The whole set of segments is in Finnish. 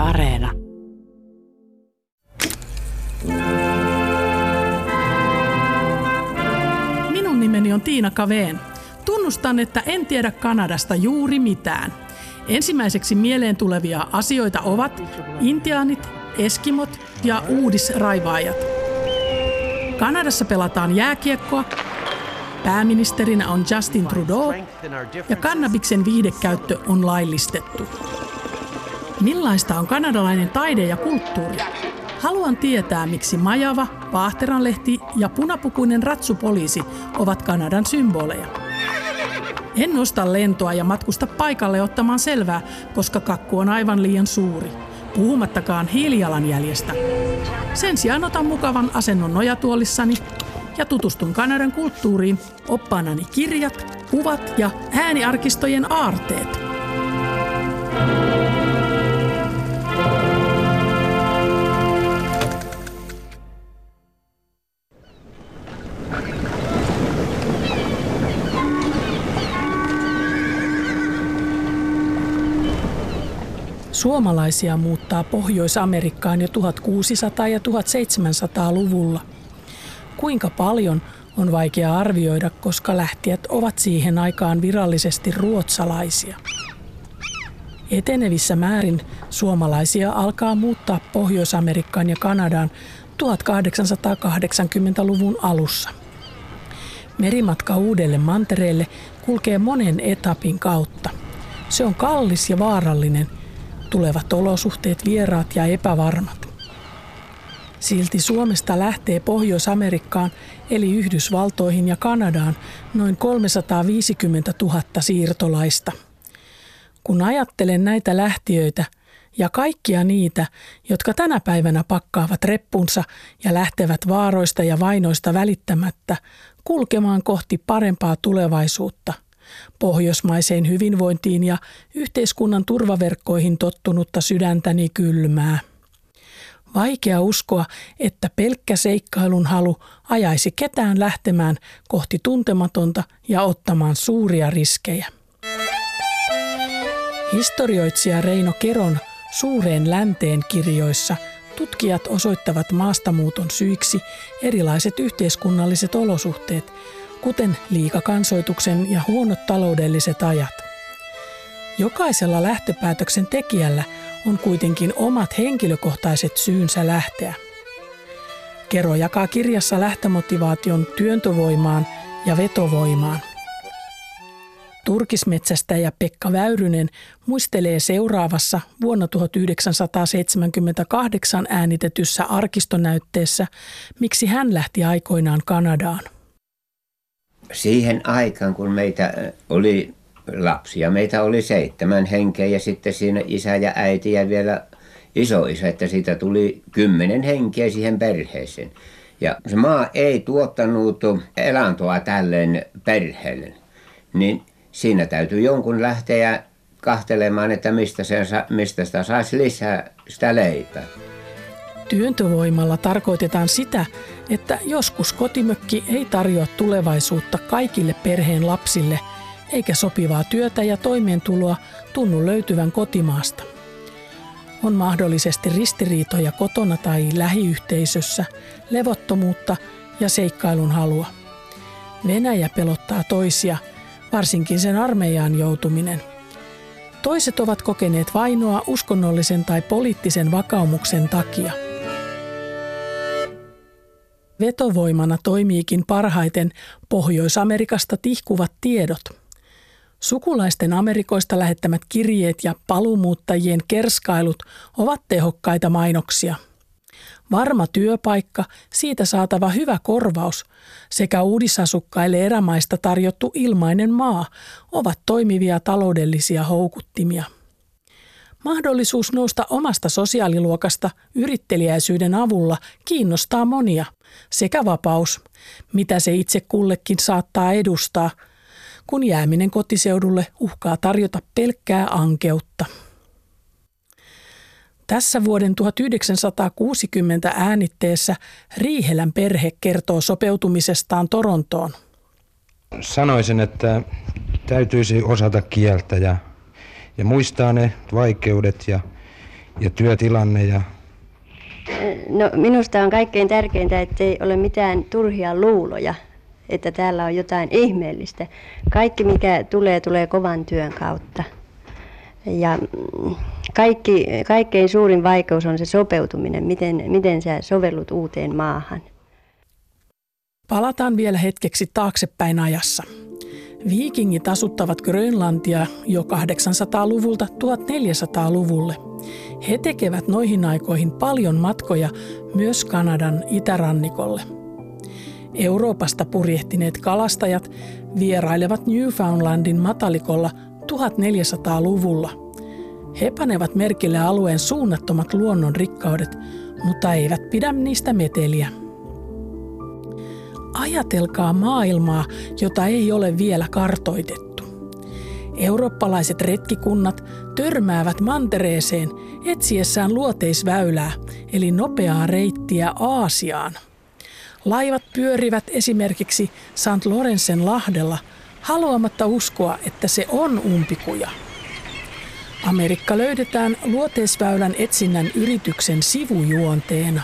Areena. Minun nimeni on Tiina Kaveen. Tunnustan, että en tiedä Kanadasta juuri mitään. Ensimmäiseksi mieleen tulevia asioita ovat intiaanit, eskimot ja uudisraivaajat. Kanadassa pelataan jääkiekkoa, pääministerinä on Justin Trudeau ja kannabiksen viihdekäyttö on laillistettu. Millaista on kanadalainen taide ja kulttuuri? Haluan tietää, miksi majava, vaahteranlehti ja punapukuinen ratsupoliisi ovat Kanadan symboleja. En nosta lentoa ja matkusta paikalle ottamaan selvää, koska kakku on aivan liian suuri. Puhumattakaan hiilijalanjäljestä. Sen sijaan otan mukavan asennon nojatuolissani ja tutustun Kanadan kulttuuriin oppaanani kirjat, kuvat ja ääniarkistojen aarteet. Suomalaisia muuttaa Pohjois-Amerikkaan jo 1600- ja 1700-luvulla. Kuinka paljon on vaikea arvioida, koska lähtijät ovat siihen aikaan virallisesti ruotsalaisia. Etenevissä määrin suomalaisia alkaa muuttaa Pohjois-Amerikkaan ja Kanadaan 1880-luvun alussa. Merimatka uudelle mantereelle kulkee monen etapin kautta. Se on kallis ja vaarallinen. Tulevat olosuhteet vieraat ja epävarmat. Silti Suomesta lähtee Pohjois-Amerikkaan eli Yhdysvaltoihin ja Kanadaan noin 350 000 siirtolaista. Kun ajattelen näitä lähtiöitä ja kaikkia niitä, jotka tänä päivänä pakkaavat reppunsa ja lähtevät vaaroista ja vainoista välittämättä kulkemaan kohti parempaa tulevaisuutta, pohjoismaiseen hyvinvointiin ja yhteiskunnan turvaverkkoihin tottunutta sydäntäni kylmää. Vaikea uskoa, että pelkkä seikkailun halu ajaisi ketään lähtemään kohti tuntematonta ja ottamaan suuria riskejä. Historioitsija Reino Keron Suureen länteen -kirjoissa tutkijat osoittavat maastamuuton syiksi erilaiset yhteiskunnalliset olosuhteet, kuten liikakansoituksen ja huonot taloudelliset ajat. Jokaisella lähtöpäätöksen tekijällä on kuitenkin omat henkilökohtaiset syynsä lähteä. Kero jakaa kirjassa lähtömotivaation työntövoimaan ja vetovoimaan. Turkismetsästäjä Pekka Väyrynen muistelee seuraavassa vuonna 1978 äänitetyssä arkistonäytteessä, miksi hän lähti aikoinaan Kanadaan. Siihen aikaan, kun meitä oli lapsia, meitä oli 7 henkeä ja sitten siinä isä ja äiti ja vielä isoisä, että siitä tuli 10 henkeä siihen perheeseen. Ja se maa ei tuottanut elantoa tälleen perheelle, niin siinä täytyy jonkun lähteä kahtelemaan, että mistä sitä saisi lisää sitä leipää. Työntövoimalla tarkoitetaan sitä, että joskus kotimökki ei tarjoa tulevaisuutta kaikille perheen lapsille, eikä sopivaa työtä ja toimeentuloa tunnu löytyvän kotimaasta. On mahdollisesti ristiriitoja kotona tai lähiyhteisössä, levottomuutta ja seikkailun halua. Venäjä pelottaa toisia, varsinkin sen armeijaan joutuminen. Toiset ovat kokeneet vainoa uskonnollisen tai poliittisen vakaumuksen takia. Vetovoimana toimiikin parhaiten Pohjois-Amerikasta tihkuvat tiedot. Sukulaisten Amerikoista lähettämät kirjeet ja paluumuuttajien kerskailut ovat tehokkaita mainoksia. Varma työpaikka, siitä saatava hyvä korvaus sekä uudisasukkaille erämaista tarjottu ilmainen maa ovat toimivia taloudellisia houkuttimia. Mahdollisuus nousta omasta sosiaaliluokasta yritteliäisyyden avulla kiinnostaa monia, sekä vapaus, mitä se itse kullekin saattaa edustaa, kun jääminen kotiseudulle uhkaa tarjota pelkkää ankeutta. Tässä vuoden 1960 äänitteessä Riihelän perhe kertoo sopeutumisestaan Torontoon. Sanoisin, että täytyisi osata kieltä ja muistaa ne vaikeudet ja työtilanne ja... No, minusta on kaikkein tärkeintä, ettei ole mitään turhia luuloja, että täällä on jotain ihmeellistä. Kaikki mikä tulee kovan työn kautta. Ja kaikkein suurin vaikeus on se sopeutuminen, miten sä sovellut uuteen maahan. Palataan vielä hetkeksi taaksepäin ajassa. Viikingit asuttavat Grönlantia jo 800-luvulta 1400-luvulle. He tekevät noihin aikoihin paljon matkoja myös Kanadan itärannikolle. Euroopasta purjehtineet kalastajat vierailevat Newfoundlandin matalikolla 1400-luvulla. He panevat merkille alueen suunnattomat luonnonrikkaudet, mutta eivät pidä niistä meteliä. Ajatelkaa maailmaa, jota ei ole vielä kartoitettu. Eurooppalaiset retkikunnat törmäävät mantereeseen etsiessään luoteisväylää, eli nopeaa reittiä Aasiaan. Laivat pyörivät esimerkiksi St. Lawrencen lahdella haluamatta uskoa, että se on umpikuja. Amerikka löydetään luoteisväylän etsinnän yrityksen sivujuonteena.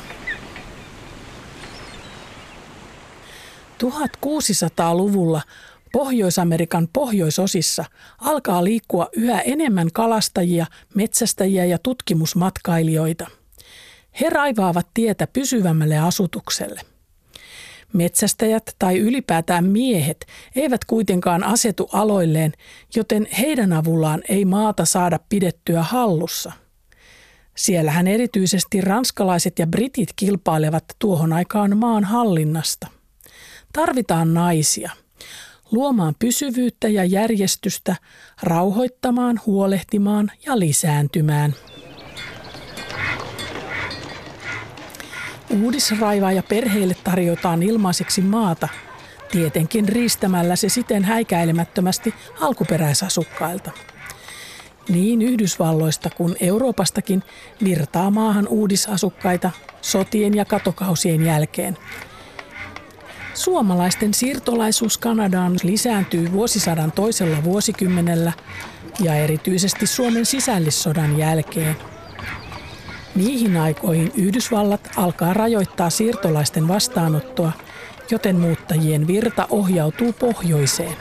1600-luvulla Pohjois-Amerikan pohjoisosissa alkaa liikkua yhä enemmän kalastajia, metsästäjiä ja tutkimusmatkailijoita. He raivaavat tietä pysyvämmälle asutukselle. Metsästäjät tai ylipäätään miehet eivät kuitenkaan asetu aloilleen, joten heidän avullaan ei maata saada pidettyä hallussa. Siellähän erityisesti ranskalaiset ja britit kilpailevat tuohon aikaan maan hallinnasta. Tarvitaan naisia luomaan pysyvyyttä ja järjestystä, rauhoittamaan, huolehtimaan ja lisääntymään. Uudisraivaaja perheille tarjotaan ilmaiseksi maata, tietenkin riistämällä se siten häikäilemättömästi alkuperäisasukkailta. Niin Yhdysvalloista kuin Euroopastakin virtaa maahan uudisasukkaita sotien ja katokausien jälkeen. Suomalaisten siirtolaisuus Kanadaan lisääntyy vuosisadan toisella vuosikymmenellä ja erityisesti Suomen sisällissodan jälkeen. Niihin aikoihin Yhdysvallat alkaa rajoittaa siirtolaisten vastaanottoa, joten muuttajien virta ohjautuu pohjoiseen.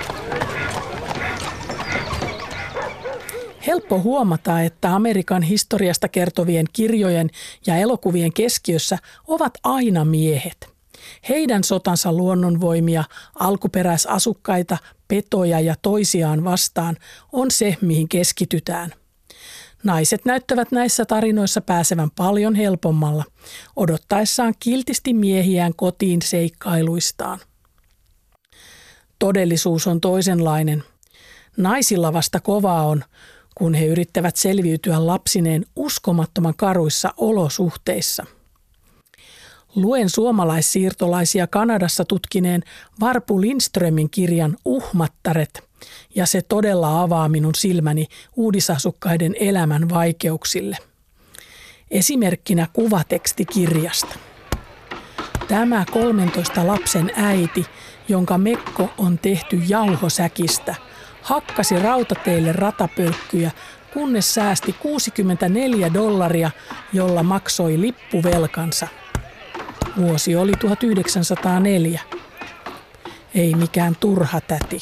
Helppo huomata, että Amerikan historiasta kertovien kirjojen ja elokuvien keskiössä ovat aina miehet. Heidän sotansa luonnonvoimia, alkuperäisasukkaita, petoja ja toisiaan vastaan on se, mihin keskitytään. Naiset näyttävät näissä tarinoissa pääsevän paljon helpommalla, odottaessaan kiltisti miehiään kotiin seikkailuistaan. Todellisuus on toisenlainen. Naisilla vasta kovaa on, kun he yrittävät selviytyä lapsineen uskomattoman karuissa olosuhteissa. Luen suomalaissiirtolaisia Kanadassa tutkineen Varpu Lindströmin kirjan Uhmattaret, ja se todella avaa minun silmäni uudisasukkaiden elämän vaikeuksille. Esimerkkinä kuvateksti kirjasta. Tämä 13 lapsen äiti, jonka mekko on tehty jauhosäkistä, hakkasi rautateille ratapölkkyjä, kunnes säästi $64, jolla maksoi lippuvelkansa. Vuosi oli 1904. Ei mikään turha täti.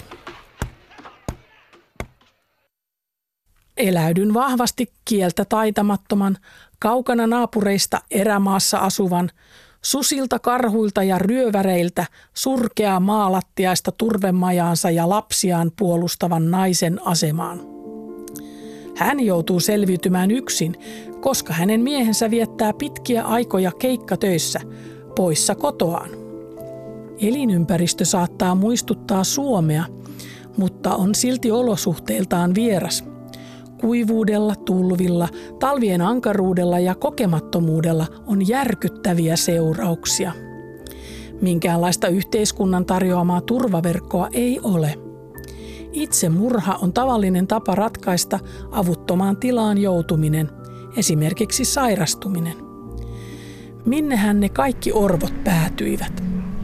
Eläydyn vahvasti kieltä taitamattoman, kaukana naapureista erämaassa asuvan, susilta, karhuilta ja ryöväreiltä surkeaa maalattiaista turvemajaansa ja lapsiaan puolustavan naisen asemaan. Hän joutuu selviytymään yksin, koska hänen miehensä viettää pitkiä aikoja keikkatöissä, poissa kotoaan. Elinympäristö saattaa muistuttaa Suomea, mutta on silti olosuhteiltaan vieras. Kuivuudella, tulvilla, talvien ankaruudella ja kokemattomuudella on järkyttäviä seurauksia. Minkäänlaista yhteiskunnan tarjoamaa turvaverkkoa ei ole. Itsemurha on tavallinen tapa ratkaista avuttomaan tilaan joutuminen, esimerkiksi sairastuminen. Minnehän ne kaikki orvot päätyivät?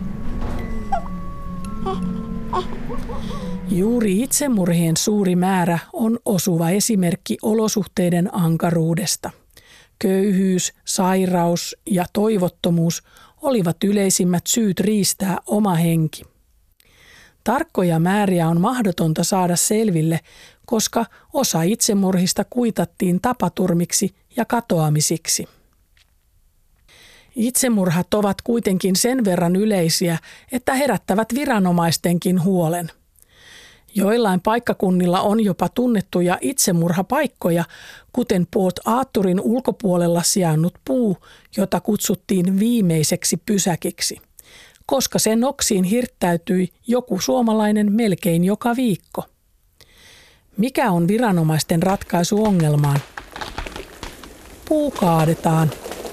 Juuri itsemurhien suuri määrä on osuva esimerkki olosuhteiden ankaruudesta. köyhyys, sairaus ja toivottomuus olivat yleisimmät syyt riistää oma henki. Tarkkoja määriä on mahdotonta saada selville, koska osa itsemurhista kuitattiin tapaturmiksi ja katoamisiksi. Itsemurhat ovat kuitenkin sen verran yleisiä, että herättävät viranomaistenkin huolen. Joillain paikkakunnilla on jopa tunnettuja itsemurhapaikkoja, kuten Port Arthurin ulkopuolella sijainnut puu, jota kutsuttiin viimeiseksi pysäkiksi, koska sen oksiin hirttäytyi joku suomalainen melkein joka viikko. Mikä on viranomaisten ratkaisu ongelmaan? Puu kaadetaan.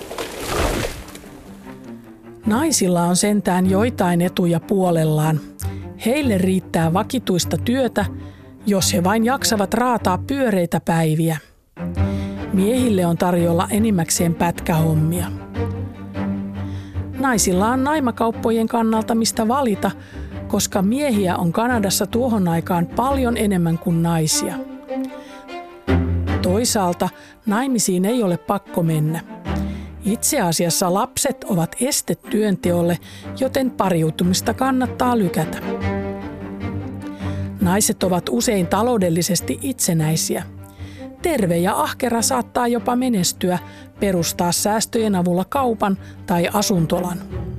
Naisilla on sentään joitain etuja puolellaan. Heille riittää vakituista työtä, jos he vain jaksavat raataa pyöreitä päiviä. Miehille on tarjolla enimmäkseen pätkähommia. Naisilla on naimakauppojen kannalta mistä valita, koska miehiä on Kanadassa tuohon aikaan paljon enemmän kuin naisia. Toisaalta naimisiin ei ole pakko mennä. Itse asiassa lapset ovat este työnteolle, joten pariutumista kannattaa lykätä. Naiset ovat usein taloudellisesti itsenäisiä. Terve ja ahkera saattaa jopa menestyä, perustaa säästöjen avulla kaupan tai asuntolan.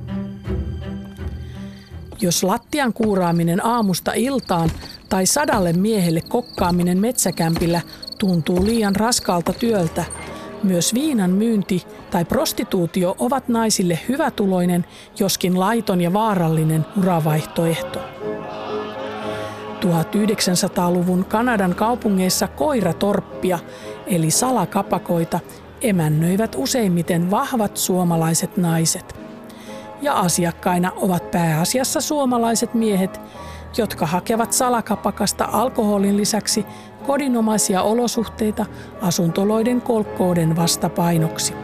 Jos lattian kuuraaminen aamusta iltaan tai 100 miehelle kokkaaminen metsäkämpillä tuntuu liian raskaalta työltä, myös viinan myynti tai prostituutio ovat naisille hyvätuloinen, joskin laiton ja vaarallinen uravaihtoehto. 1900-luvun Kanadan kaupungeissa koiratorppia eli salakapakoita emännöivät useimmiten vahvat suomalaiset naiset. Ja asiakkaina ovat pääasiassa suomalaiset miehet, jotka hakevat salakapakasta alkoholin lisäksi kodinomaisia olosuhteita asuntoloiden kolkkouden vastapainoksi.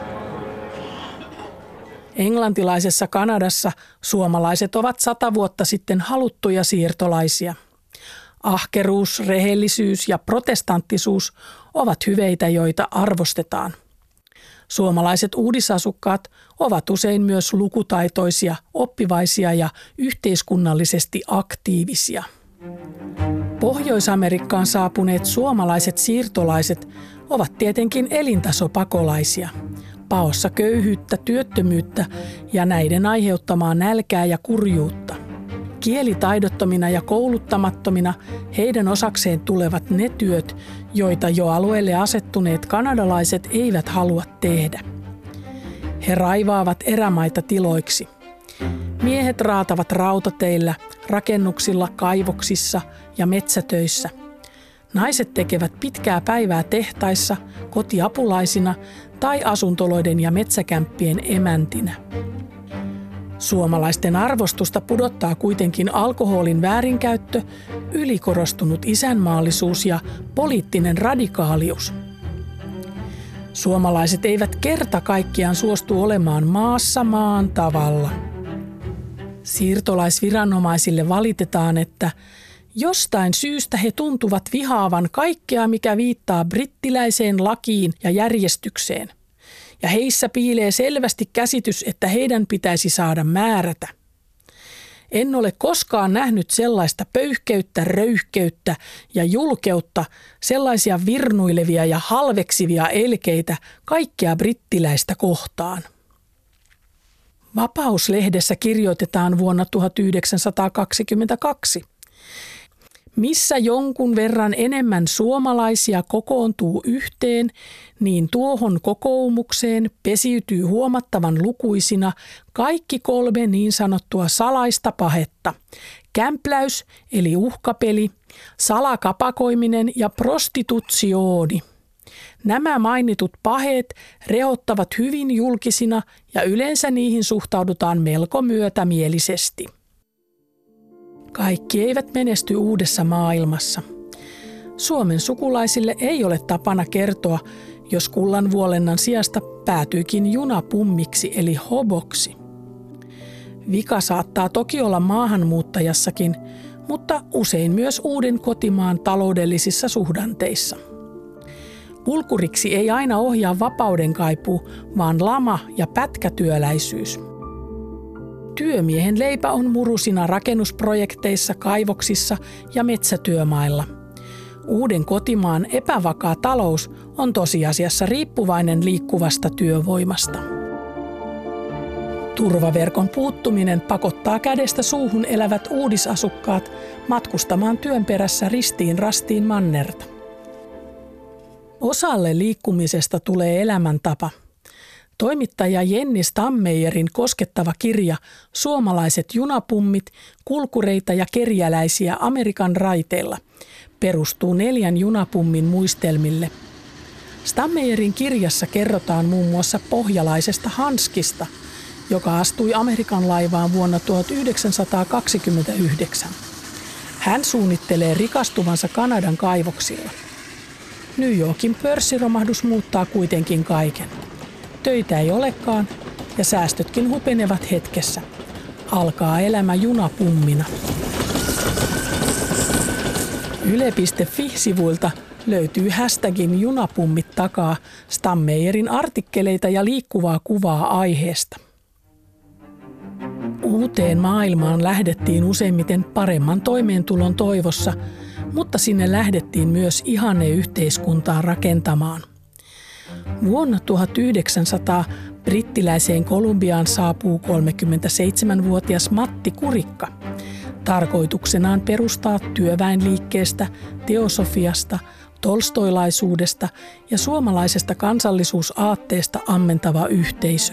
Englantilaisessa Kanadassa suomalaiset ovat 100 vuotta sitten haluttuja siirtolaisia. Ahkeruus, rehellisyys ja protestanttisuus ovat hyveitä, joita arvostetaan. Suomalaiset uudisasukkaat ovat usein myös lukutaitoisia, oppivaisia ja yhteiskunnallisesti aktiivisia. Pohjois-Amerikkaan saapuneet suomalaiset siirtolaiset ovat tietenkin elintasopakolaisia. Paossa köyhyyttä, työttömyyttä ja näiden aiheuttamaa nälkää ja kurjuutta. Kielitaidottomina ja kouluttamattomina heidän osakseen tulevat ne työt, joita jo alueelle asettuneet kanadalaiset eivät halua tehdä. He raivaavat erämaita tiloiksi. Miehet raatavat rautateillä, rakennuksilla, kaivoksissa ja metsätöissä. Naiset tekevät pitkää päivää tehtaissa, kotiapulaisina tai asuntoloiden ja metsäkämppien emäntinä. Suomalaisten arvostusta pudottaa kuitenkin alkoholin väärinkäyttö, ylikorostunut isänmaallisuus ja poliittinen radikaalius. Suomalaiset eivät kerta kaikkiaan suostu olemaan maassa maan tavalla. Siirtolaisviranomaisille valitetaan, että jostain syystä he tuntuvat vihaavan kaikkea, mikä viittaa brittiläiseen lakiin ja järjestykseen. Ja heissä piilee selvästi käsitys, että heidän pitäisi saada määrätä. En ole koskaan nähnyt sellaista pöyhkeyttä, röyhkeyttä ja julkeutta, sellaisia virnuilevia ja halveksivia elkeitä kaikkea brittiläistä kohtaan. Vapaus-lehdessä kirjoitetaan vuonna 1922. Missä jonkun verran enemmän suomalaisia kokoontuu yhteen, niin tuohon kokoomukseen pesiytyy huomattavan lukuisina kaikki 3 niin sanottua salaista pahetta. Kämpläys eli uhkapeli, salakapakoiminen ja prostitutsiooni. Nämä mainitut paheet rehottavat hyvin julkisina ja yleensä niihin suhtaudutaan melko myötämielisesti. Kaikki eivät menesty uudessa maailmassa. Suomen sukulaisille ei ole tapana kertoa, jos kullanvuolennan sijasta päätyykin junapummiksi eli hoboksi. Vika saattaa toki olla maahanmuuttajassakin, mutta usein myös uuden kotimaan taloudellisissa suhdanteissa. Kulkuriksi ei aina ohjaa vapauden kaipuu, vaan lama ja pätkätyöläisyys. Työmiehen leipä on murusina rakennusprojekteissa, kaivoksissa ja metsätyömailla. Uuden kotimaan epävakaa talous on tosiasiassa riippuvainen liikkuvasta työvoimasta. Turvaverkon puuttuminen pakottaa kädestä suuhun elävät uudisasukkaat matkustamaan työn perässä ristiin rastiin mannerta. Osalle liikkumisesta tulee elämäntapa. Toimittaja Jenni Stammeijerin koskettava kirja Suomalaiset junapummit, kulkureita ja kerjäläisiä Amerikan raiteilla perustuu 4 junapummin muistelmille. Stammeijerin kirjassa kerrotaan muun muassa pohjalaisesta Hanskista, joka astui Amerikan laivaan vuonna 1929. Hän suunnittelee rikastuvansa Kanadan kaivoksilla. New Yorkin pörssiromahdus muuttaa kuitenkin kaiken. Töitä ei olekaan ja säästötkin hupenevat hetkessä. Alkaa elämä junapummina. Yle.fi-sivuilta löytyy hashtagin junapummit takaa Stammeijerin artikkeleita ja liikkuvaa kuvaa aiheesta. Uuteen maailmaan lähdettiin useimmiten paremman toimeentulon toivossa, mutta sinne lähdettiin myös ihanneyhteiskuntaa rakentamaan. Vuonna 1900 brittiläiseen Kolumbiaan saapuu 37-vuotias Matti Kurikka. Tarkoituksenaan perustaa työväenliikkeestä, teosofiasta, tolstoilaisuudesta ja suomalaisesta kansallisuusaatteesta ammentava yhteisö.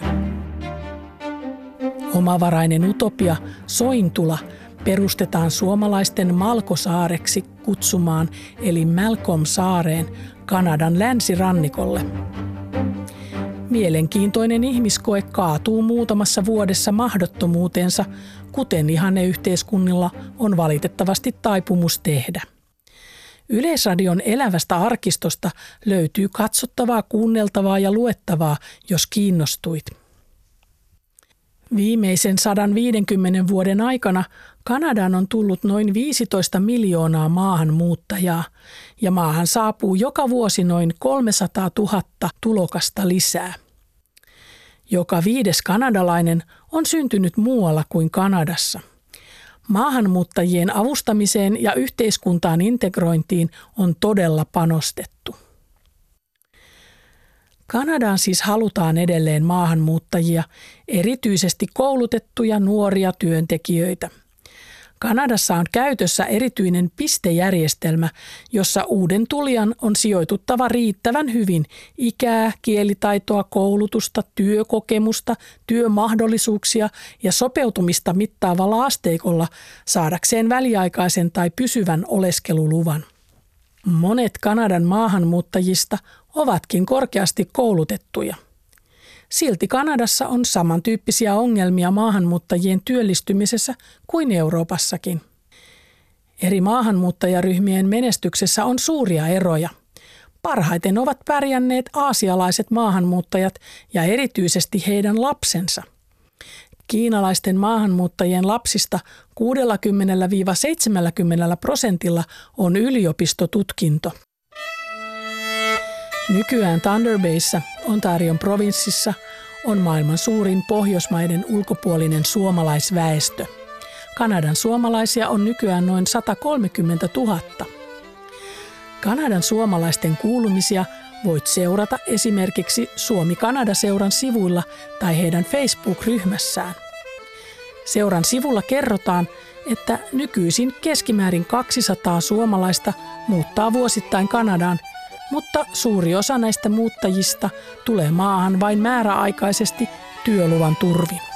Omavarainen utopia Sointula perustetaan suomalaisten Malkosaareksi kutsumaan eli Malcolm-saareen Kanadan länsirannikolle. Mielenkiintoinen ihmiskoe kaatuu muutamassa vuodessa mahdottomuuteensa, kuten ihanneyhteiskunnilla on valitettavasti taipumus tehdä. Yleisradion elävästä arkistosta löytyy katsottavaa, kuunneltavaa ja luettavaa, jos kiinnostuit. Viimeisen 150 vuoden aikana Kanadaan on tullut noin 15 miljoonaa maahanmuuttajaa ja maahan saapuu joka vuosi noin 300 000 tulokasta lisää. Joka 5. kanadalainen on syntynyt muualla kuin Kanadassa. Maahanmuuttajien avustamiseen ja yhteiskuntaan integrointiin on todella panostettu. Kanadaan siis halutaan edelleen maahanmuuttajia, erityisesti koulutettuja nuoria työntekijöitä. Kanadassa on käytössä erityinen pistejärjestelmä, jossa uuden tulijan on sijoituttava riittävän hyvin ikää, kielitaitoa, koulutusta, työkokemusta, työmahdollisuuksia ja sopeutumista mittaavalla asteikolla saadakseen väliaikaisen tai pysyvän oleskeluluvan. Monet Kanadan maahanmuuttajista ovatkin korkeasti koulutettuja. Silti Kanadassa on samantyyppisiä ongelmia maahanmuuttajien työllistymisessä kuin Euroopassakin. Eri maahanmuuttajaryhmien menestyksessä on suuria eroja. Parhaiten ovat pärjänneet aasialaiset maahanmuuttajat ja erityisesti heidän lapsensa. Kiinalaisten maahanmuuttajien lapsista 60–70% on yliopistotutkinto. Nykyään Thunder Bayssä, Ontarion provinssissa, on maailman suurin Pohjoismaiden ulkopuolinen suomalaisväestö. Kanadan suomalaisia on nykyään noin 130 000. Kanadan suomalaisten kuulumisia voit seurata esimerkiksi Suomi-Kanada-seuran sivuilla tai heidän Facebook-ryhmässään. Seuran sivulla kerrotaan, että nykyisin keskimäärin 200 suomalaista muuttaa vuosittain Kanadaan, mutta suuri osa näistä muuttajista tulee maahan vain määräaikaisesti työluvan turvin.